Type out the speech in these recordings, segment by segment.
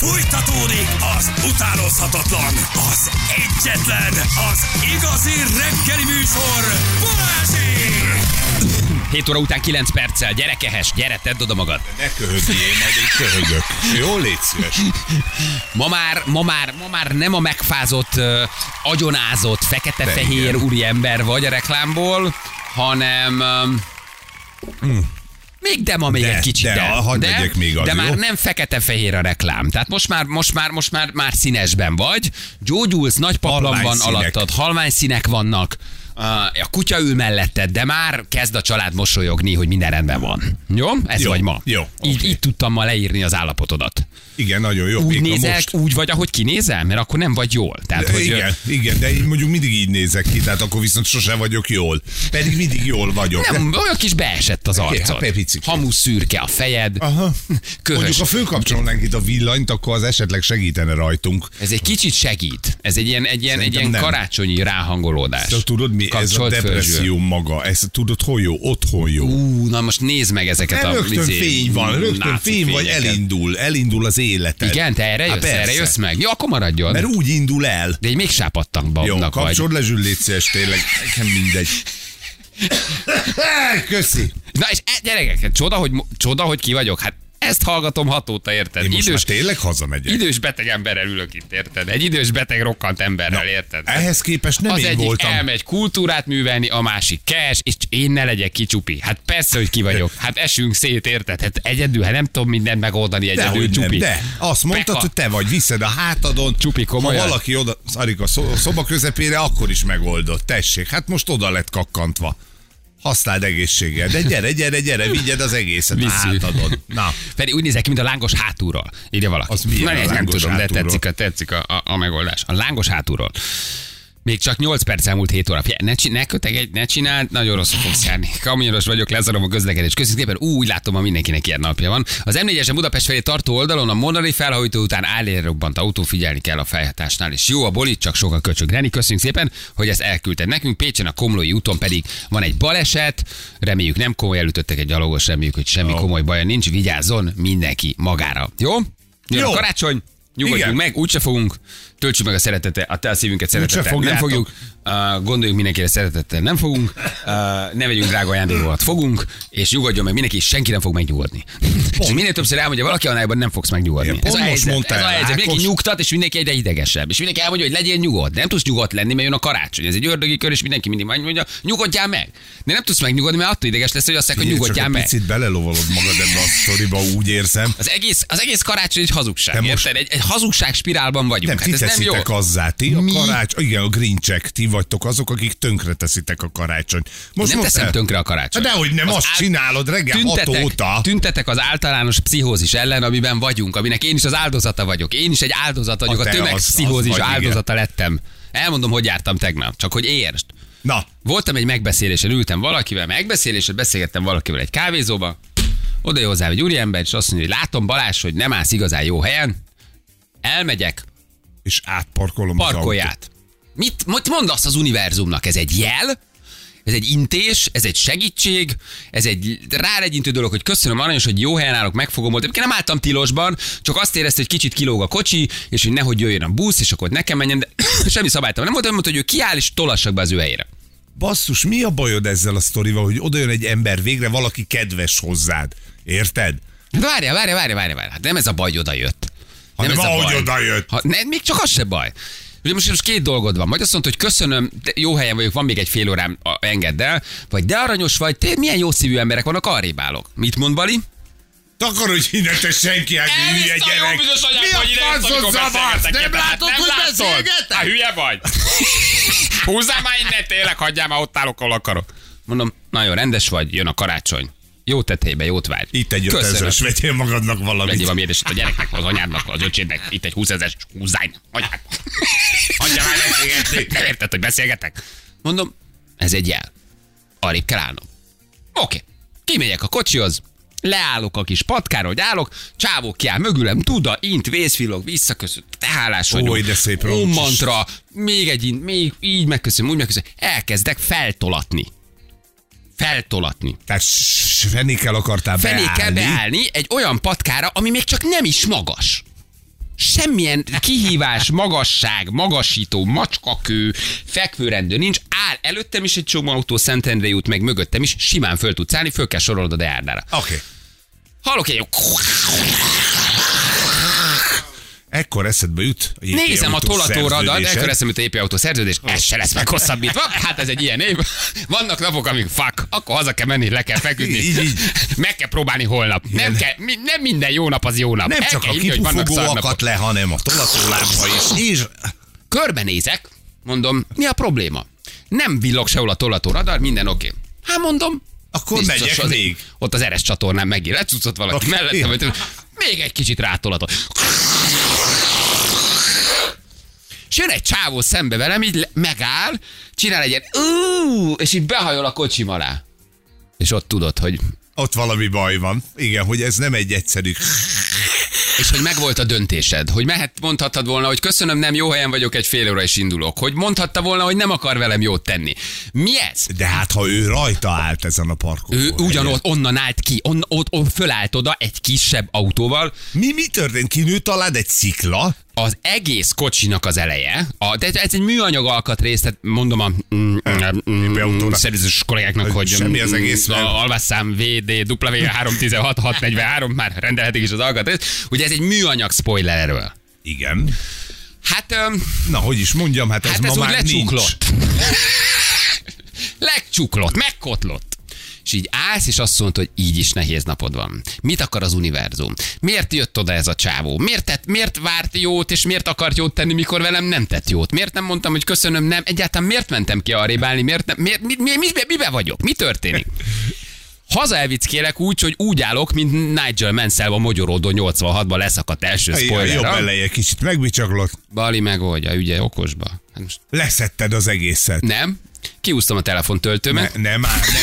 Fújtatódik az utánozhatatlan, az egyetlen, az igazi reggeli műsor, Balázsék! 7 óra után 9 perccel. Gyere Kehes, gyere, tedd oda magad. Ne köhögjél, majd én köhögök. Jó, légy szíves. Ma már nem a megfázott, agyonázott, fekete-fehér úriember vagy a reklámból, hanem... Még egy kicsit, de már nem fekete-fehér a reklám. Tehát most már színesben vagy. Gyógyulsz, nagy paplan van alattad, halvány színek vannak. A kutya ül melletted, de már kezd a család mosolyogni, hogy minden rendben van. Jó? Ez jó, vagy ma. Jó. Így tudtam ma leírni az állapotodat. Igen, nagyon jó. Úgy nézel, úgy vagy, ahogy kinézel? Mert akkor nem vagy jól. Tehát, hogy igen, de én mondjuk mindig így nézek ki, tehát akkor viszont sosem vagyok jól. Pedig mindig jól vagyok. Nem, olyan kis beesett az arcod. Hamus szürke a fejed. Aha. Mondjuk ha fölkapcsolnánk itt a villanyt, akkor az esetleg segítene rajtunk. Ez egy kicsit segít. Ez egy ilyen karácsonyi ráhangolódás. Tudod mi? Ez a depresszió maga. Ez tudod, hol jó? Otthon jó. Na most nézd meg ezeket a... Rögtön fény van, vagy elindul az életed. Igen, te erre jössz meg? Jó, akkor maradjon. Mert úgy indul el. De egy még sápadtak babnak vagy. Jó, kapcsolod le zsüllétszés, tényleg. Nekem mindegy. Köszi. Na és gyerekek, csoda, hogy ki vagyok. Hát ezt hallgatom 6 óta, érted? Én most már tényleg hazamegyek. Idős beteg emberrel ülök itt, érted? Egy idős beteg rokkant emberrel, érted? Ehhez képest nem az én egyik voltam. Elmegy kultúrát művelni, a másik cash, és én ne legyek kicsupi. Hát persze, hogy ki vagyok. Hát esünk szét, érted? Hát egyedül, hát nem tudom mindent megoldani egyedül, csupi. De azt mondtad, hogy te vagy, viszed a hátadon. Csupi, komolyan. Ha valaki oda szarik a szoba közepére, akkor is megoldott. Tessék, hát most oda lett kakkantva. Használd egészséggel. De gyere, vigyed az egészet. Hátadon. Na. Pedig úgy nézek ki, mint a lángos hátulról. Írja valaki. Az milyen a nem tudom, hátulról? de tetszik a megoldás. A lángos hátulról. Még csak 8 perc elmúlt 7 óra. Ne csináld, nagyon rosszul fogsz járni. Kamionos vagyok, lezárom a közlekedés. Köszönjük szépen, úgy látom, hogy mindenkinek ilyen napja van. Az M4-esen Budapest felé tartó oldalon a Monari felhajtó után robbant autó, figyelni kell a fejhatásnál. És jó a bolit, csak sok a köcsög. Reni, köszönjük szépen, hogy ezt elküldted nekünk. Pécsen a Komlói úton pedig van egy baleset. Reméljük nem komoly, elütöttek egy gyalogos, reméljük, hogy semmi komoly baja nincs. Vigyázzon mindenki magára. Jó? Jön a karácsony. Nyugodjunk meg, úgyse fogunk. Töltsük meg a szívünket szeretettel. Nem fogjuk. Gondoljunk mindenkire szeretettel. Nem fogunk. Ne vegyünk drága ajándékokat. Fogunk. És nyugodjon meg mindenki, és senki nem fog megnyugodni. És minél többször elmondja valaki, annálban nem fogsz megnyugodni. Ez a helyzet. Mindenki nyugtat, és mindenki egyre idegesebb. És mindenki elmondja, hogy legyél nyugodt. Nem tudsz nyugodt lenni, mert jön a karácsony. Ez egy ördögi kör, és mindenki mindig mondja, nyugodjál meg. De nem tudsz megnyugodni, mert attól ideges lesz, hogy azt mondják, hogy nyugodjál meg. Picit belelovalod magad ebbe a sztoriba, úgy érzem. Az egész karácsony egy hazugság. Egy hazugság spirálban vagyunk. Nem, ti teszitek azzá, ti a karácsony, igen, a grincsek, ti vagytok azok, akik tönkre teszitek a karácsonyt. Most nem teszem tönkre a karácsony. Dehogy nem, azt csinálod reggel 6 óta. Tüntetek az általános pszichózis ellen, amiben vagyunk, aminek én is az áldozata vagyok. Én is egy áldozat vagyok, a tömegpszichózis áldozata lettem. Elmondom, hogy jártam tegnap, csak hogy értsd. Na. Voltam egy megbeszélésen, ültem valakivel, beszélgettem valakivel egy kávézóba. Oda jön hozzám egy úriember, és azt mondja, hogy látom, Balázs, hogy nem állsz igazán jó helyen. Elmegyek. És átparkolom Parkolját. Mit mondasz az univerzumnak? Ez egy jel? Ez egy intés? Ez egy segítség? Ez egy rálegyintő dolog, hogy köszönöm aranyos, hogy jó helyen állok, megfogom volt. Én nem álltam tilosban, csak azt érezte, hogy kicsit kilóg a kocsi, és hogy nehogy jöjjön a busz, és akkor nekem menjen, de semmi szabálytalan. Nem volt olyan, hogy ő kiáll, és tolassak be az ő helyére. Basszus, mi a bajod ezzel a sztorival, hogy oda jön egy ember, végre valaki kedves hozzád? Érted? Várjál. Hát nem ez a baj, hogy oda jött. Nem ahogy oda jött. Még csak az se baj. Ugye most 2 dolgod van. Vagy azt mondod, hogy köszönöm, jó helyen vagyok, van még egy fél órám, engedd el. Vagy de aranyos vagy, te milyen jó szívű emberek vannak, arrébb állok. Mit mond Bali? Takarodj innen, te senki, hát hülye gyerek. Mi a faszod zavarsz? Nem látod, hogy beszélgetek? Hát hülye vagy. Húzzál már innen, tényleg, hagyjál már, ott állok, ahol akarok. Mondom, nagyon rendes vagy, jön a karácsony. Jó tetejbe, jót várj. Itt egy 5000-es, vegyél magadnak valamit. Vegyél valami édeset a gyereknek, az anyádnak, az öcsédnek. Itt egy 20 000-es, húzzálj. Hagyjál már beszélgetni. Nem érted, hogy beszélgetek? Mondom, ez egy jel. Arrébb kell állnom. Oké. Kimegyek a kocsihoz, leállok a kis patkára, hogy állok, csávó kiáll mögülem, tuda, int, vészvillog, visszaköszön, te hálás vagyok. Ó, de szép mantra, még egy int, még így megköszönöm, úgy megköszönöm. Elkezdek feltolatni. Tehát fenékkel akartál beállni. Fenékkel beállni egy olyan patkára, ami még csak nem is magas. semmilyen kihívás, magasság, magasító, macskakő, fekvőrendő nincs. Áll előttem is egy csomó autó, Szentendre út, meg mögöttem is, simán föl tudsz állni, föl kell sorolod a Deárdára. Oké. Hallok egy... Ekkor eszedbe jut. Nézem a tolatóradat, ekkor eszembe jut a JP Autó szerződés, ez se lesz meghosszabbítva. Hát ez egy ilyen év. Vannak napok, amik akkor haza kell menni, le kell feküdni. Így. Meg kell próbálni holnap. Nem minden jó nap az jó nap. Nem csak a kipufogó akadt le, hanem a tolatólámpa is. És... Körbenézek, mondom, mi a probléma? Nem villog sehol a tolatóradar, minden oké. Hát mondom, akkor megyek még. Ott az RS csatornán megint lecucott valaki mellettem, hogy még egy kicsit rátolatott. És jön egy csávó szembe velem, így megáll, csinál egy ilyen, és így behajol a kocsim alá. És ott tudod, hogy... Ott valami baj van. Igen, hogy ez nem egy egyszerű... És hogy megvolt a döntésed, hogy mondhattad volna, hogy köszönöm, nem jó helyen vagyok, egy fél óra is indulok. Hogy mondhatta volna, hogy nem akar velem jót tenni. Mi ez? De hát, ha ő rajta állt ezen a parkolón. Ő ugyanott onnan állt ki, ott fölállt oda egy kisebb autóval. Mi történt? Kinőtt alád egy szikla? Az egész kocsinak az eleje, de ez egy műanyag alkatrész, tehát mondom a szervizős kollégáknak, hogy semmi az egész. Alvásszám VD W316643, már rendelhetik is az alkatrész. Ugye ez egy műanyag spoiler erről. Igen. Hát... Na, hogy is mondjam, hát ez ma már lecsuklott. Legcsuklott, megkotlott. És így állsz, és azt mondod, hogy így is nehéz napod van. Mit akar az univerzum? Miért jött oda ez a csávó? Miért várt jót, és miért akart jót tenni, mikor velem nem tett jót? Miért nem mondtam, hogy köszönöm, nem? Egyáltalán miért mentem ki arrébb állni? Mibe vagyok? Mi történik? Haza elvickélek úgy, hogy úgy állok, mint Nigel Mansell a Mogyoródó 86-ban leszakadt első spoiler. Jobb eleje kicsit megbicsaklott. Bali megoldja, ügye okosba. Hát most... Leszetted az egészet. Nem. Kiúztam a telefontöltőmet. Ne,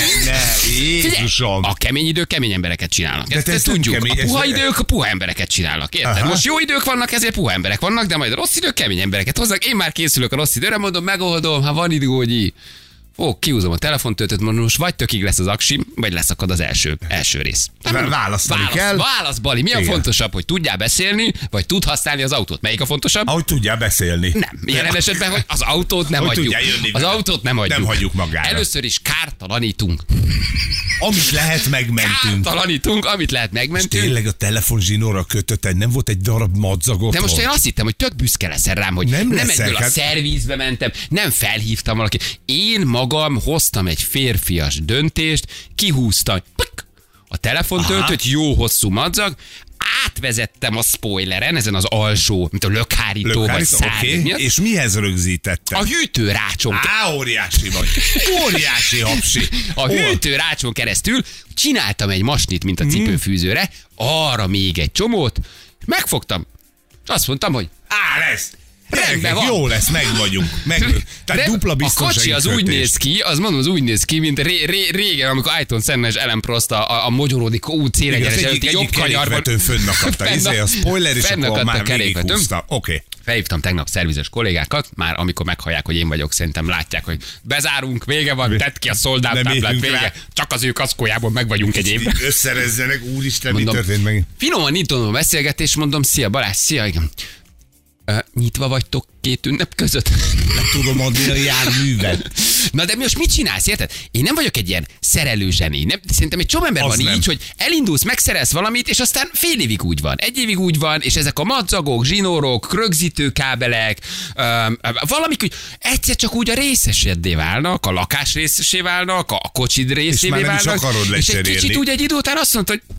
Jézusom. A kemény idők kemény embereket csinálnak. Ezt tudjuk. Kemény, a puha idők a puha embereket csinálnak. Érted? Aha. Most jó idők vannak, ezért puha emberek vannak, de majd a rossz idők kemény embereket hoznak. Én már készülök a rossz időre, mondom, megoldom, ha van idő, kiúzom a telefontöltőt, mondom, most vagy tökig lesz az aksi, vagy leszakad az első rész. Választani kell. Válasz, Bali. Mi a fontosabb, hogy tudjál beszélni, vagy tud használni az autót? Melyik a fontosabb? Ahogy tudjál beszélni. Nem. Ilyen esetben, hogy az autót nem hagyjuk. Az autót nem hagyjuk. Nem hagyjuk magára. Először is kártalanítunk. Amit lehet, megmentünk. Kártalanítunk, amit lehet, megmentünk. És tényleg a telefonzsinóra kötötted, nem volt egy darab madzagot. De most én azt hittem, hogy tök büszke leszel rám, hogy nem egyből a szervizbe mentem, nem felhívtam valakit. Én magam hoztam egy férfias döntést, kihúztam a telefontöltőt, jó hosszú madzag, átvezettem a spoileren, ezen az alsó, mint a lökhárító vagy szárny. Okay. És mihez rögzítettem? A hűtőrácson. Óriási vagy. Óriási hapsi. A hűtőrácson keresztül csináltam egy masnit, mint a cipőfűzőre, arra még egy csomót, megfogtam, és azt mondtam, hogy lesz. Rendben van. Jó lesz, meg vagyunk. Tehát dupla biztonsági a kocsi az úgy néz ki, az úgy néz ki, mint régen, amikor Ayrton Senna és Ellen Prost a Mogyoródi út célegyenes előtti jobb kanyarban. Fönnakadta, a spoiler, és akkor már végighúzta. Oké. Felhívtam tegnap szervizes kollégákat, már amikor meghallják, hogy én vagyok, szerintem látják, hogy bezárunk, vége van, tedd ki a szoldátáblát, vége, csak az ő kaszkójából meg vagyunk egy évben. Összerezzenek, úristen, mi történt meg? Finoman nyitom a beszélgetés, mondom, szia Balázs, szia, igen. Nyitva vagytok 2 ünnep között? Le tudom adni a járművet. Na de most mit csinálsz, érted? Én nem vagyok egy ilyen szerelő zseni. Szerintem egy csomó ember van így, hogy elindulsz, megszerelsz valamit, és aztán fél évig úgy van. Egy évig úgy van, és ezek a madzagok, zsinórok, rögzítőkábelek, valamik, hogy egyszer csak úgy a részeseddé válnak, a lakás részesé válnak, a kocsid részévé válnak. És egy kicsit úgy egy idő után azt mondta, hogy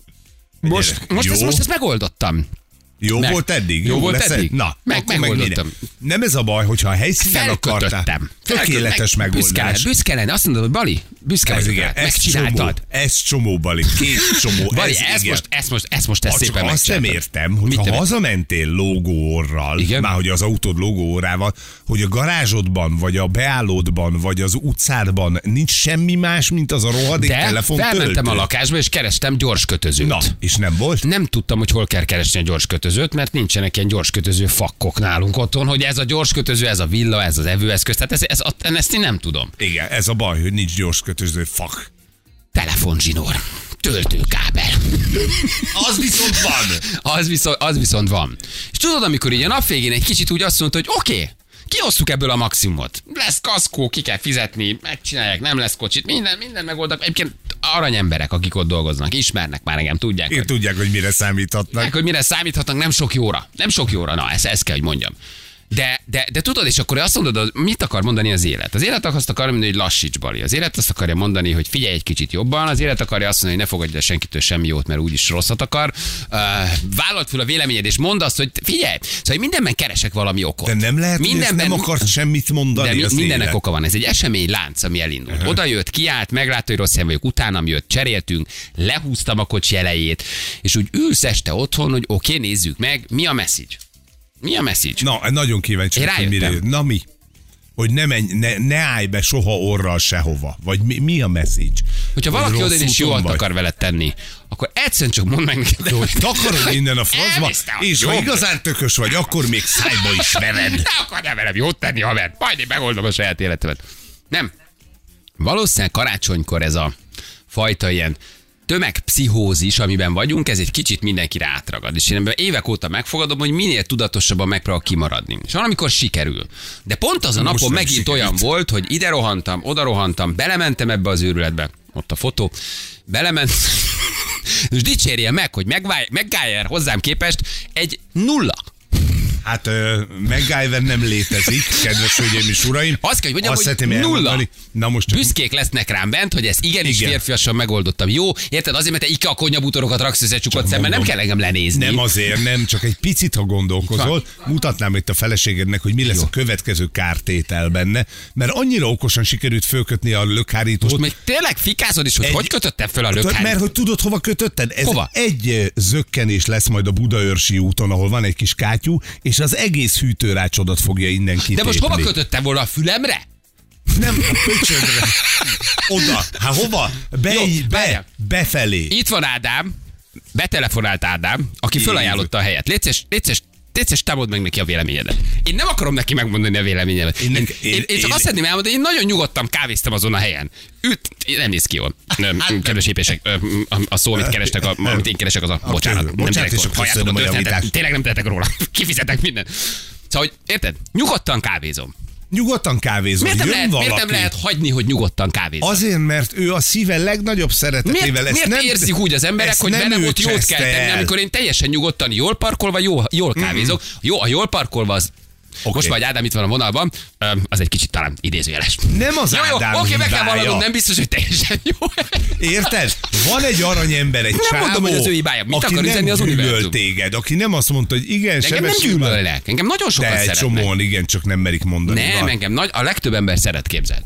most ezt megoldottam. Jó volt eddig? Jó volt eddig? Na, megoldottam. Nem ez a baj, hogyha a helyszínen akartál. Tökéletes megoldás. Büszke lenni. Azt mondod, hogy Bali, büszke vagyok rá. Megcsináltad. Ez csomó, Bali. 2 csomó. Bali, ezt most szépen azt nem értem, hogy ha hazamentél lógóorral, már hogy az autód lógóórával, hogy a garázsodban, vagy a beállódban, vagy az utcádban nincs semmi más, mint az a rohadék telefontöltő. Felmentem a lakásba, és kerestem gyorskötözőt. Na, és nem volt? Nem tudtam, hogy hol kell keresni a gyorskötözőt, mert nincsenek ilyen gyorskötöző fakkok nálunk otthon, hogy ez a gyorskötöző, ez a villa, ez az evőeszköz, tehát ezt én nem tudom. Igen, ez a baj, hogy nincs gyorskötöző fak. Telefonzsinór. töltőkábel. Az viszont van. Az viszont van. És tudod, amikor így a nap végén egy kicsit úgy azt mondta, hogy oké, kiosztuk ebből a maximumot. Lesz kaszkó, ki kell fizetni, megcsinálják, nem lesz kocsit, minden megoldnak. Egyébként aranyemberek, akik ott dolgoznak, ismernek már engem, tudják. Tudják, hogy mire számíthatnak. Hogy mire számíthatnak, nem sok jóra. Nem sok jóra, na, ezt kell, hogy mondjam. De tudod, és akkor azt mondod, mit akar mondani az élet? Az élet azt akarja mondani, hogy lassíts, Bali. Az élet azt akarja mondani, hogy figyelj egy kicsit jobban. Az élet akarja azt mondani, hogy ne fogadj el senkitől semmi jót, mert úgyis rosszat akar. Vállald fel a véleményed, és mondd azt, hogy figyelj, szóval mindenben keresek valami okot. De nem lehet, hogy nem akart semmit mondani. De mindennek oka van. Ez egy eseménylánc, ami elindult. Oda jött, kiállt, meglátta, hogy rossz helyen vagyok, utánam jött, cseréltünk, lehúztam a kocsi elejét, és úgy ülsz este otthon, hogy oké, nézzük meg, mi a message. Mi a message? Na, nagyon kíváncsi, hogy mire. Na mi? Hogy ne állj be soha orral sehova. Vagy mi a message? Hogyha valaki oda és jót akar veled tenni, akkor egyszerűen csak mondd meg neki, hogy takarod innen a francba, és ha igazán tökös vagy, akkor még szájba is veled. Ne akarjál velem jót tenni, haver. Majd én megoldom a saját életemet. Nem. Valószínűleg karácsonykor ez a fajta ilyen tömegpszichózis, amiben vagyunk, ez egy kicsit mindenkire átragad. És én ebben évek óta megfogadom, hogy minél tudatosabban megpróbál kimaradni. És valamikor sikerül. De pont az a napon megint olyan volt, hogy ide rohantam, oda rohantam, belementem ebbe az őrületbe. Ott a fotó. Belementem. És dicsérje meg, hogy MacGyver hozzám képest egy 0. Hát MacGyver nem létezik, kedves hölgyeim és uraim. Azt kell, hogy mondjam, hogy 0. Na most büszkék lesznek rám bent, hogy ezt igenis férfiasan megoldottam. Jó, érted? Azért, mert te IKEA konyhabútorokat raksz össze csukott szemmel, nem kell engem lenézni. Nem azért, nem, csak egy picit, ha gondolkozol. Mutatnám itt a feleségednek, hogy mi lesz a következő kártétel benne, mert annyira okosan sikerült fölkötni a lökhárítót. Most még tényleg fikázod is, hogy kötöttem föl a lökhárítót? Mert hogy tudod, hova kötötted? Ez hova? Egy zökkenés lesz majd a Budaörsi úton, ahol van egy kis kátyú, és az egész hűtőrácsodat fogja innen kitépni. De most hova kötöttem volna, a fülemre? Nem, a pöcsödre. Oda. Hát hova? Befelé. Itt van Ádám, betelefonált Ádám, aki fölajánlotta a helyet. Légy szíves, támad meg neki a véleményedet. Én nem akarom neki megmondani a véleményedet. Én csak azt szeretném elmondani, hogy én nagyon nyugodtan kávéztem azon a helyen. Nem néz ki jól. Kedves épések, a szó, amit kerestek, amit én keresek, az a bocsánat. Bocsánat, és köszönöm a javítást. Tényleg nem tehetek róla. Kifizetek minden. Szóval, hogy érted? Nyugodtan kávézom. Nyugodtan kávézom. Miért nem lehet hagyni, hogy nyugodtan kávézom? Azért, mert ő a szíve legnagyobb szeretetével. Miért érzik úgy az emberek, hogy velem ott jót kell tenni, amikor én teljesen nyugodtan jól parkolva, jól kávézok. Jó, a jól parkolva az... Okay. Most vagy Ádám itt van a vonalban, az egy kicsit talán idézőjeles. Nem az Ádám oké, meg kell vallanom, nem biztos, hogy teljesen jó. Érted? Van egy aranyember, egy csávó, mondom, hogy az ő hibája. Mit akar üzenni az univerzum? Téged, aki nem azt mondta, hogy igen, engem nem gyűlölnek, engem nagyon sokan szeretnek. De egy csomóan, igen, csak nem merik mondani. Nem, engem a legtöbb ember szeret, képzeld.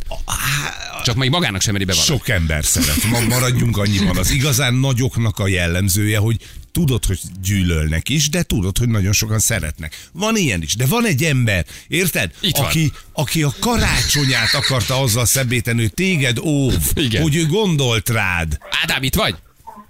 Csak még magának sem meri bevallani. Sok ember szeret. Maradjunk annyiban. Az igazán nagyoknak a jellemzője, hogy tudod, hogy gyűlölnek is, de tudod, hogy nagyon sokan szeretnek. Van ilyen is, de van egy ember, érted? Aki a karácsonyát akarta azzal szebbéteni, hogy téged óv, hogy ő gondolt rád. Ádám, itt vagy?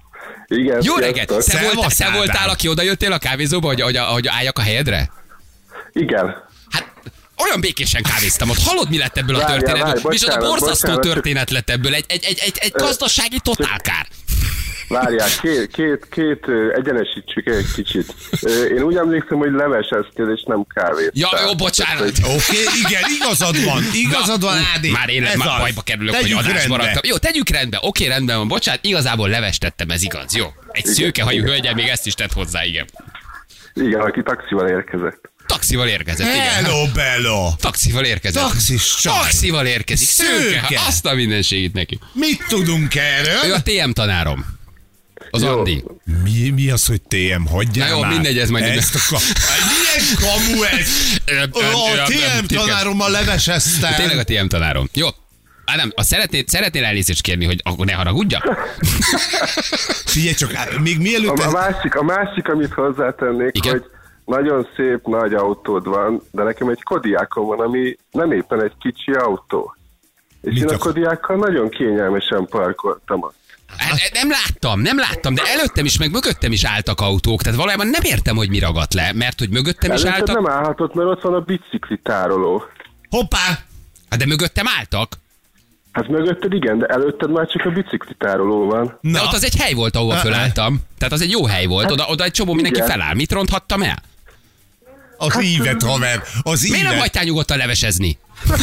Igen. Jó reggelt! Te voltál, aki odajöttél a kávézóba, hogy álljak a helyedre? Igen. Hát olyan békésen kávéztam ott. Hallod, mi lett ebből a történetből? És az a borzasztó történet lett ebből. Egy gazdasági totálkár. Várjál, két egyenesítsük egy kicsit. Én úgy emlékszem, hogy leveseztél, és nem kávét. Ja, jó, bocsánat. Oké, igen, igazad van, Ádi. Már én bajba kerülök, hogy adásba raktam. Jó, tegyük rendbe. Oké, rendben van, bocsánat, igazából levestettem, ez igaz. Jó, egy szőkehajú hölgyel még ezt is tett hozzá, igen. Igen, aki taxival érkezett. Taxival érkezett, igen. Hello, bello. Taxival érkezett. Taxival érkezik. Szőke, azt a mindenségét neki. Mit tudunk erről? Ő a TM tanárom. Az jó. Andi. Mi az, hogy TM? Hagyjál. Na jó, már. Mindegy, ez majd... Milyen kamu ez? A TM tanárommal leveseztem. Tényleg a TM tanárom. Jó. Ádám, szeretnél elnézést kérni, hogy akkor ne haragudjak? Figyelj csak, még mielőtt... A másik, amit hozzátennék, igen? Hogy nagyon szép nagy autód van, de nekem egy Kodiákom van, ami nem éppen egy kicsi autó. És én a Kodiákkal nagyon kényelmesen parkoltam ott. Nem láttam, de előttem is, meg mögöttem is álltak autók, tehát valójában nem értem, hogy mi ragadt le, mert hogy mögöttem is álltak. Nem állhatott, mert ott van a bicikli tároló. Hoppá! Hát de mögöttem álltak. Hát mögötted igen, de előtted már csak a biciklitároló van. De ott az egy hely volt, ahova fölálltam. Tehát az egy jó hely volt, oda egy csomó mindenki feláll. Mit ronthattam el? Az ívet, haver, az ívet. Miért nem hagytál nyugodtan levesezni?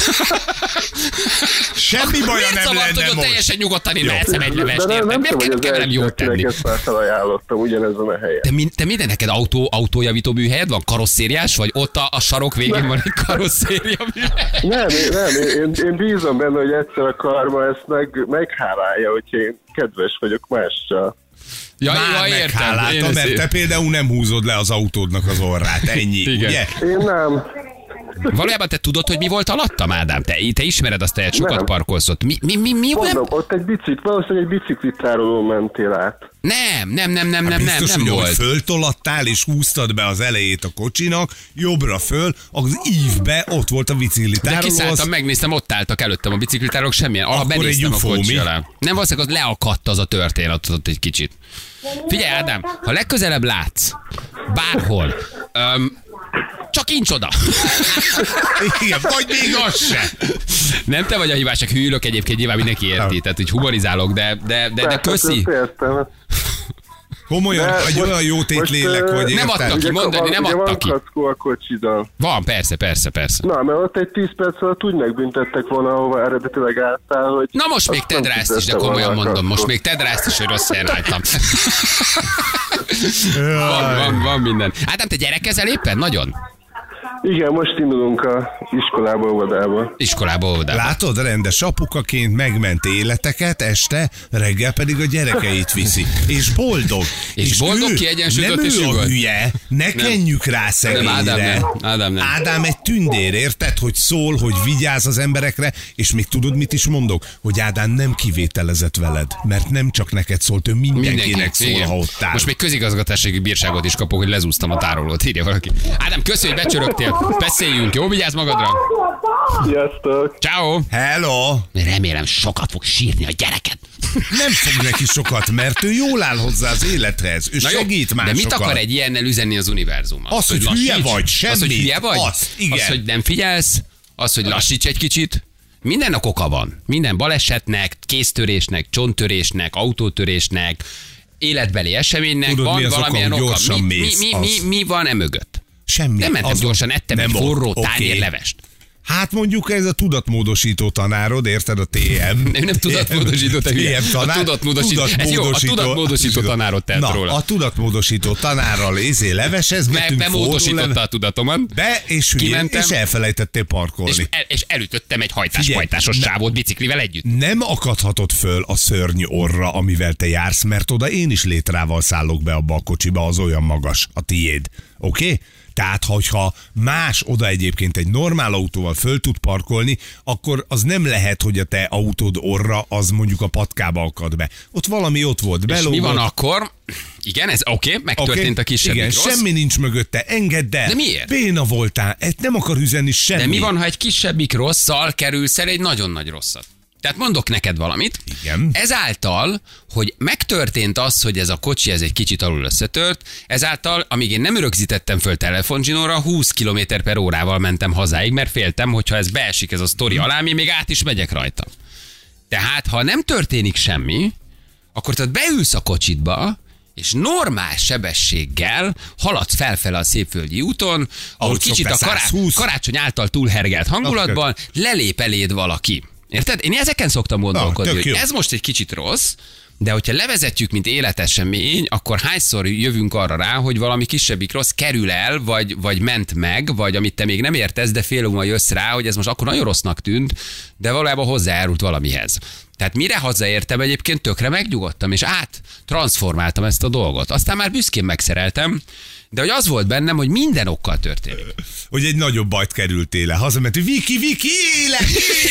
Semmi baja nem lenne most. Hogy teljesen nyugodtan én veszem egy levest, érted? Miért kell velem jót tenni? Ezt már felajánlottam ugyanezen a helyen. Te minden neked autójavító műhelyed van? Karosszériás? Vagy ott a sarok végén van egy karosszéria műhely? Nem, én bízom benne, hogy egyszer a karma ezt meghálálja, hogyha én kedves vagyok mással. Már meghálálta, mert te például nem húzod le az autódnak az orrát, ennyi, ugye? Én nem. Valójában te tudod, hogy mi volt alattam, Ádám? Te ismered azt, te sokat parkolsz ott. Mi Mondom, ott valószínűleg egy biciklitárolón mentél át. Nem biztos, volt. Hogy föltolattál és húztad be az elejét a kocsinak, jobbra föl, az ívbe ott volt a biciklitároló. De kiszálltam, megnéztem, ott álltak előttem a biciklitárolók, semmilyen. Benéztem a kocsi alá. Nem, valószínűleg az leakadt az a történet ott egy kicsit. Figyelj, Ádám, ha legközelebb látsz bárhol, csak incs oda. Igen, vagy még az se. Nem te vagy a hibás, csak hűlök egyébként, nyilván mindenki érti, tehát úgy humorizálok, de köszi. Komolyan, egy olyan jó tétlélek, hogy nem adtak ki, mondani, nem adtak ki. Van kackó a kocsidan. Van, persze. Na, mert ott egy 10 perc alatt úgy megbüntettek volna, ahova eredetileg álltál, hogy... Na most még tedd rá ezt is, de komolyan mondom, most még tedd rá ezt is, hogy rossz helyen álltam. Van minden. Ádám, te gyerekezel éppen? Nagyon? Igen, most indulunk a iskolába, óvodába. Látod, rendes apukaként megment életeket, este, reggel pedig a gyerekeit viszi. És boldog. És boldog, kiegyensúlyozott és nem ő a hülye, ne kenjük rá szegényre. Ádám nem. Ádám egy tündér, érted, hogy szól, hogy vigyáz az emberekre, és még tudod, mit is mondok? Hogy Ádám nem kivételezett veled, mert nem csak neked szólt, ő mindenkinek szól, igen. Ha ott áll. Most még közigazgatási bírságot is kapok, hogy lezúztam a tárolót, írja valaki. Ádám, köszönjük, hogy becsörögtél. Beszéljünk, jó? Vigyázz magadra! Sziasztok! Ciao. Hello! Remélem sokat fog sírni a gyereket. Nem fog neki sokat, mert ő jól áll hozzá az élethez. Ő segít másokat. De mit akar egy ilyennel üzenni az univerzum? Az, hogy hülye vagy, semmit. Az, hogy hülye vagy? Igen. Az, hogy nem figyelsz? Az, hogy lassíts egy kicsit? Mindennek oka van. Minden balesetnek, kéztörésnek, csonttörésnek, autótörésnek, életbeli eseménynek. Tudod, van valamilyen oka. Mi van mögött? Semmi. Nem mentem gyorsan, ettem egy forró tányérlevest. Hát mondjuk ez a tudatmódosító tanárod, érted, a TM. Nem tudatmódosító, te hülye. A tudatmódosító tanárod telt róla. A tudatmódosító tanárral levesezgetünk. Bemódosította a tudatomat. És elfelejtettél parkolni. És elütöttem egy hajtáspajtásos sávot biciklivel együtt. Nem akadhatod föl a szörny orra, amivel te jársz, mert oda én is létrával szállok be abba a kocsiba, az olyan magas, a tiéd. Oké? Tehát, hogyha más oda egyébként egy normál autóval föl tud parkolni, akkor az nem lehet, hogy a te autód orra az mondjuk a patkába akad be. Ott valami ott volt, belógott. És mi van akkor? Igen, ez oké, megtörtént a kisebbik igen, rossz. Semmi nincs mögötte, engedd el. De miért? Béna voltál, nem akar üzenni semmi. De mi van, ha egy kisebbik rosszal kerülsz el egy nagyon nagy rosszat? Tehát mondok neked valamit. Igen. Ezáltal, hogy megtörtént az, hogy ez a kocsi ez egy kicsit alul összetört, ezáltal, amíg én nem rögzítettem föl telefonzsinóra, 20 km/h mentem hazáig, mert féltem, hogyha ez beesik ez a sztori alá, én még át is megyek rajta. Tehát, ha nem történik semmi, akkor te beülsz a kocsitba, és normál sebességgel haladsz felfele a Szépvölgyi úton, ahol kicsit a karácsony által túlhergelt hangulatban lelép eléd valaki. Érted? Én ezeken szoktam gondolkodni, hogy ez most egy kicsit rossz, de hogyha levezetjük, mint életesemény, akkor hányszor jövünk arra rá, hogy valami kisebbik rossz kerül el, vagy ment meg, vagy amit te még nem értesz, de fél óra jössz rá, hogy ez most akkor nagyon rossznak tűnt, de valójában hozzájárult valamihez. Tehát mire hazaértem egyébként, tökre megnyugodtam, és áttransformáltam ezt a dolgot. Aztán már büszkén megszereltem, de hogy az volt bennem, hogy minden okkal történik. Hogy egy nagyobb bajt kerültél le. Hazament, hogy Viki, élet,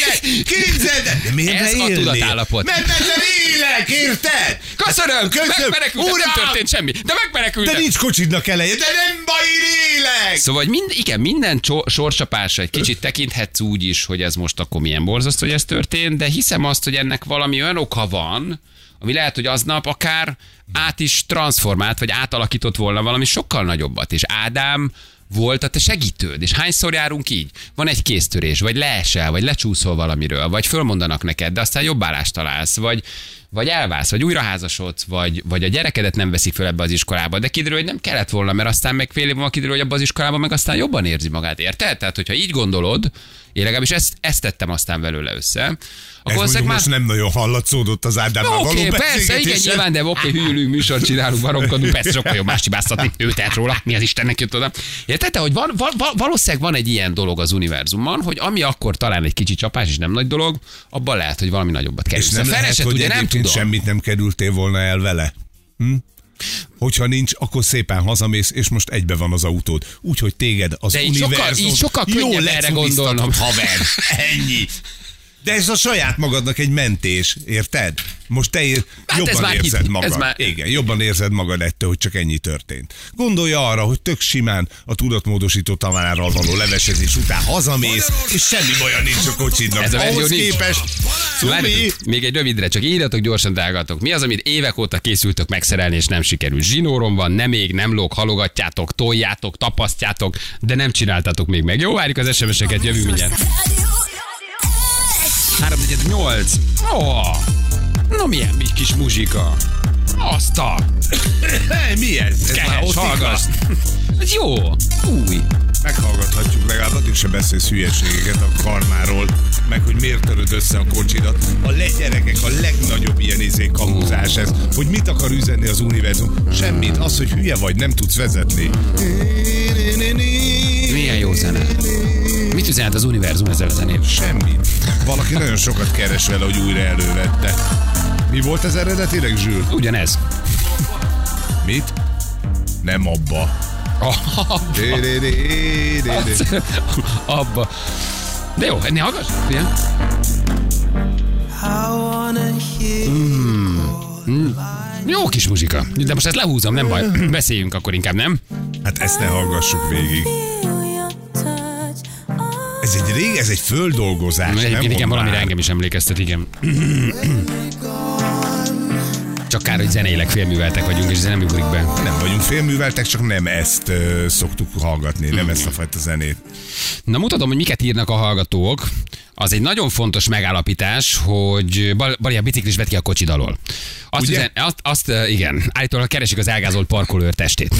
képzeld el! De miért ez a tudatállapot. Mert élek, érted? Köszönöm. Megmenekültem, nem történt semmi, de megmenekültem. De nincs kocsidnak eleje, de nem baj, élek! Szóval minden sorcsapásra egy kicsit tekinthetsz úgy is, hogy ez most akkor milyen borzasztó, hogy ez történt, de hiszem azt, hogy ennek valami olyan oka van, ami lehet, hogy aznap akár át is transformált, vagy átalakított volna valami sokkal nagyobbat. És Ádám volt a te segítőd, és hányszor járunk így? Van egy kéztörés, vagy leesel, vagy lecsúszol valamiről, vagy fölmondanak neked, de aztán jobb állást találsz, vagy elválsz, vagy újraházasodsz, vagy a gyerekedet nem veszik föl ebbe az iskolába, de kiderül, hogy nem kellett volna, mert aztán meg fél év múlva kiderül, hogy abban az iskolában meg aztán jobban érzi magát, érted? Tehát, hogyha így gondolod, én legalábbis ezt tettem aztán belőle össze. Akkor ez most nem nagyon hallatszódott az Ádámmal való beszélgetésen. Persze, igen, nyilván, de hűlünk, műsort csinálunk, baromkodunk, persze sokkal jobb más hibáztatni, ő tehet róla, mi az Istennek jött oda. Érted, hogy valószínűleg van egy ilyen dolog az univerzumban, hogy ami akkor talán egy kicsi csapás és nem nagy dolog, abban lehet, hogy valami nagyobbat kerül. És nem lehet, hogy ugye nem tudom. Semmit nem kerültél volna el vele. Hogyha nincs, akkor szépen hazamész, és most egybe van az autód. Úgyhogy téged az univerzum így sokkal könnyebb erre gondolnom. Haver, ennyi. De ez a saját magadnak egy mentés, érted? Most te jobban érzed magad. Igen, jobban érzed magad ettől, hogy csak ennyi történt. Gondolja arra, hogy tök simán a tudatmódosító tanárral való levesezés után hazamész, és semmi baja nincs a kocsidnak. Ahhoz képest. Még egy rövidre, csak írjatok, gyorsan tágatok. Mi az, amit évek óta készültök megszerelni, és nem sikerül? Zsinóron van, nem ég, nem lóg, halogatjátok, toljátok, tapasztjátok, de nem csináltatok még meg. Jó, várjuk az SMS-eket, jövünk mindjárt. 3-4-8. Na milyen kis muzsika. Azt a... Mi ez? Ez már hallgass. Ez jó. Új. Meghallgathatjuk, legalább addig sem beszélsz hülyeségeket a karmáról, meg hogy miért töröd össze a kocsidat. A gyerekek, a legnagyobb ilyen kamuzás ez, hogy mit akar üzenni az univerzum. Semmit, az, hogy hülye vagy, nem tudsz vezetni. Milyen jó zene. Mit üzenet az univerzum ezzel a zenével? Semmit. Valaki nagyon sokat keres vele, hogy újra elővette. Mi volt ez eredetileg, Zsül? Ugyanez. Mit? Nem abba. Abba. De jó, ne hallgass. Jó kis muzsika. De most ezt lehúzom, nem baj. Beszéljünk akkor inkább, nem? Hát ezt ne hallgassuk végig. Ez egy földolgozás, nem? Igen, valamire engem is emlékeztet, igen. Csak kár, hogy zeneileg félműveltek vagyunk, és ez nem ugrik be. Nem vagyunk félműveltek, csak nem ezt szoktuk hallgatni, nem ezt a fajta zenét. Na mutatom, hogy miket írnak a hallgatók. Az egy nagyon fontos megállapítás, hogy Bali, a biciklis vett ki a kocsid alól. Igen, állítólag keresik az elgázolt parkolőr testét.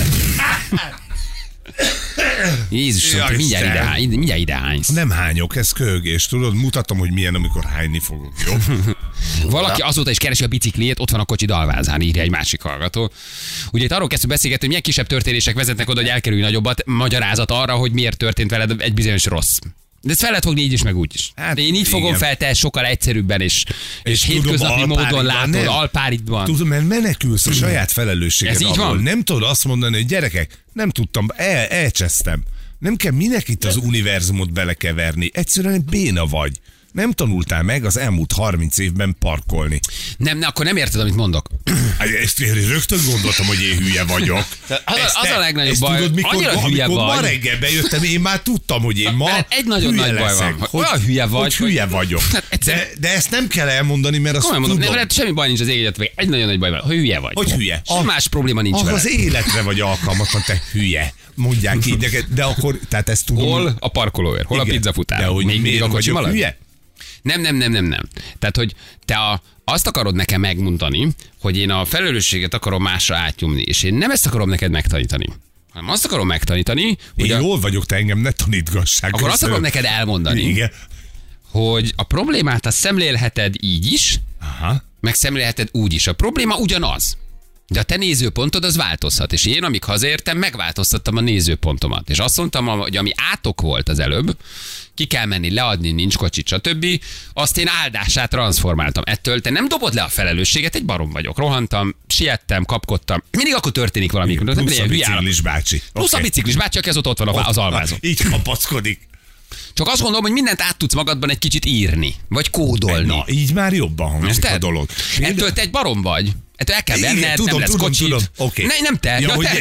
Jézusom, ja, mindjárt ide hánysz. Nem hányok, ez köhögés, tudod? Mutatom, hogy milyen, amikor hányni fogok, jó? Valaki azóta is keresi a bicikliét, ott van a kocsi dalvázán, írja egy másik hallgató. Ugye itt arról kezdtünk beszélgetni, hogy milyen kisebb történések vezetnek oda, hogy elkerülj nagyobbat, magyarázat arra, hogy miért történt veled egy bizonyos rossz. De ezt fel lehet fogni így is, meg úgy is. Hát, én így fogom fel, te sokkal egyszerűbben, és hétköznapi módon látod, Alpáridban. Tudom, mert menekülsz a saját felelősséged. Ez így van? Nem tudod azt mondani, hogy gyerekek, nem tudtam, elcsesztem. Nem kell minek itt az univerzumot belekeverni. Egyszerűen béna vagy. Nem tanultál meg az elmúlt 30 évben parkolni. Nem, akkor nem érted, amit mondok. Ezt rögtön gondoltam, hogy én hülye vagyok. Az a legnagyobb baj. Tudod, amikor ma reggel bejöttem, én már tudtam, hogy én ma egy nagyon nagy baj van. Hogy hülye vagy. Hogy hülye vagyok. De ezt nem kell elmondani, mert azt tudom. Nem, semmi baj nincs az égegyet, egy nagyon nagy baj van. Hogy hülye vagy. Hogy hülye. Más probléma nincs vele. Az életre vagy alkalmatlan, te hülye. Mondják így neked, de akkor, tehát ezt tudom. Hol a parkolóért, hol a pizzafutár. De hogy még a kocsi maladt? Hülye? Nem. Tehát, hogy te azt akarod nekem megmondani, hogy én a felelősséget akarom másra átnyomni, és én nem ezt akarom neked megtanítani, hanem azt akarom megtanítani, hogy... Én jól vagyok, te engem ne tanítgassák. Akkor azt akarom neked elmondani, igen, hogy a problémát azt szemlélheted így is, meg szemlélheted úgy is. A probléma ugyanaz. De a te nézőpontod az változhat, és én, amíg hazaértem, megváltoztattam a nézőpontomat. És azt mondtam, hogy ami átok volt az előbb, ki kell menni, leadni, nincs kocsit, stb. Azt én áldását transformáltam. Ettől te nem dobod le a felelősséget, egy barom vagyok. Rohantam, siettem, kapkodtam. Mindig akkor történik valami. Plusz a biciklis bácsi. Plusz a biciklis bácsi, aki ott van az alvázon. Így kapaszkodik. Csak azt gondolom, hogy mindent át tudsz magadban egy kicsit írni, vagy kódolni. Na, így már jobban hangzik a dolog. Ettől te egy barom vagy. Ettől el kell venned, nem lesz kocsit. Okay. Nem te.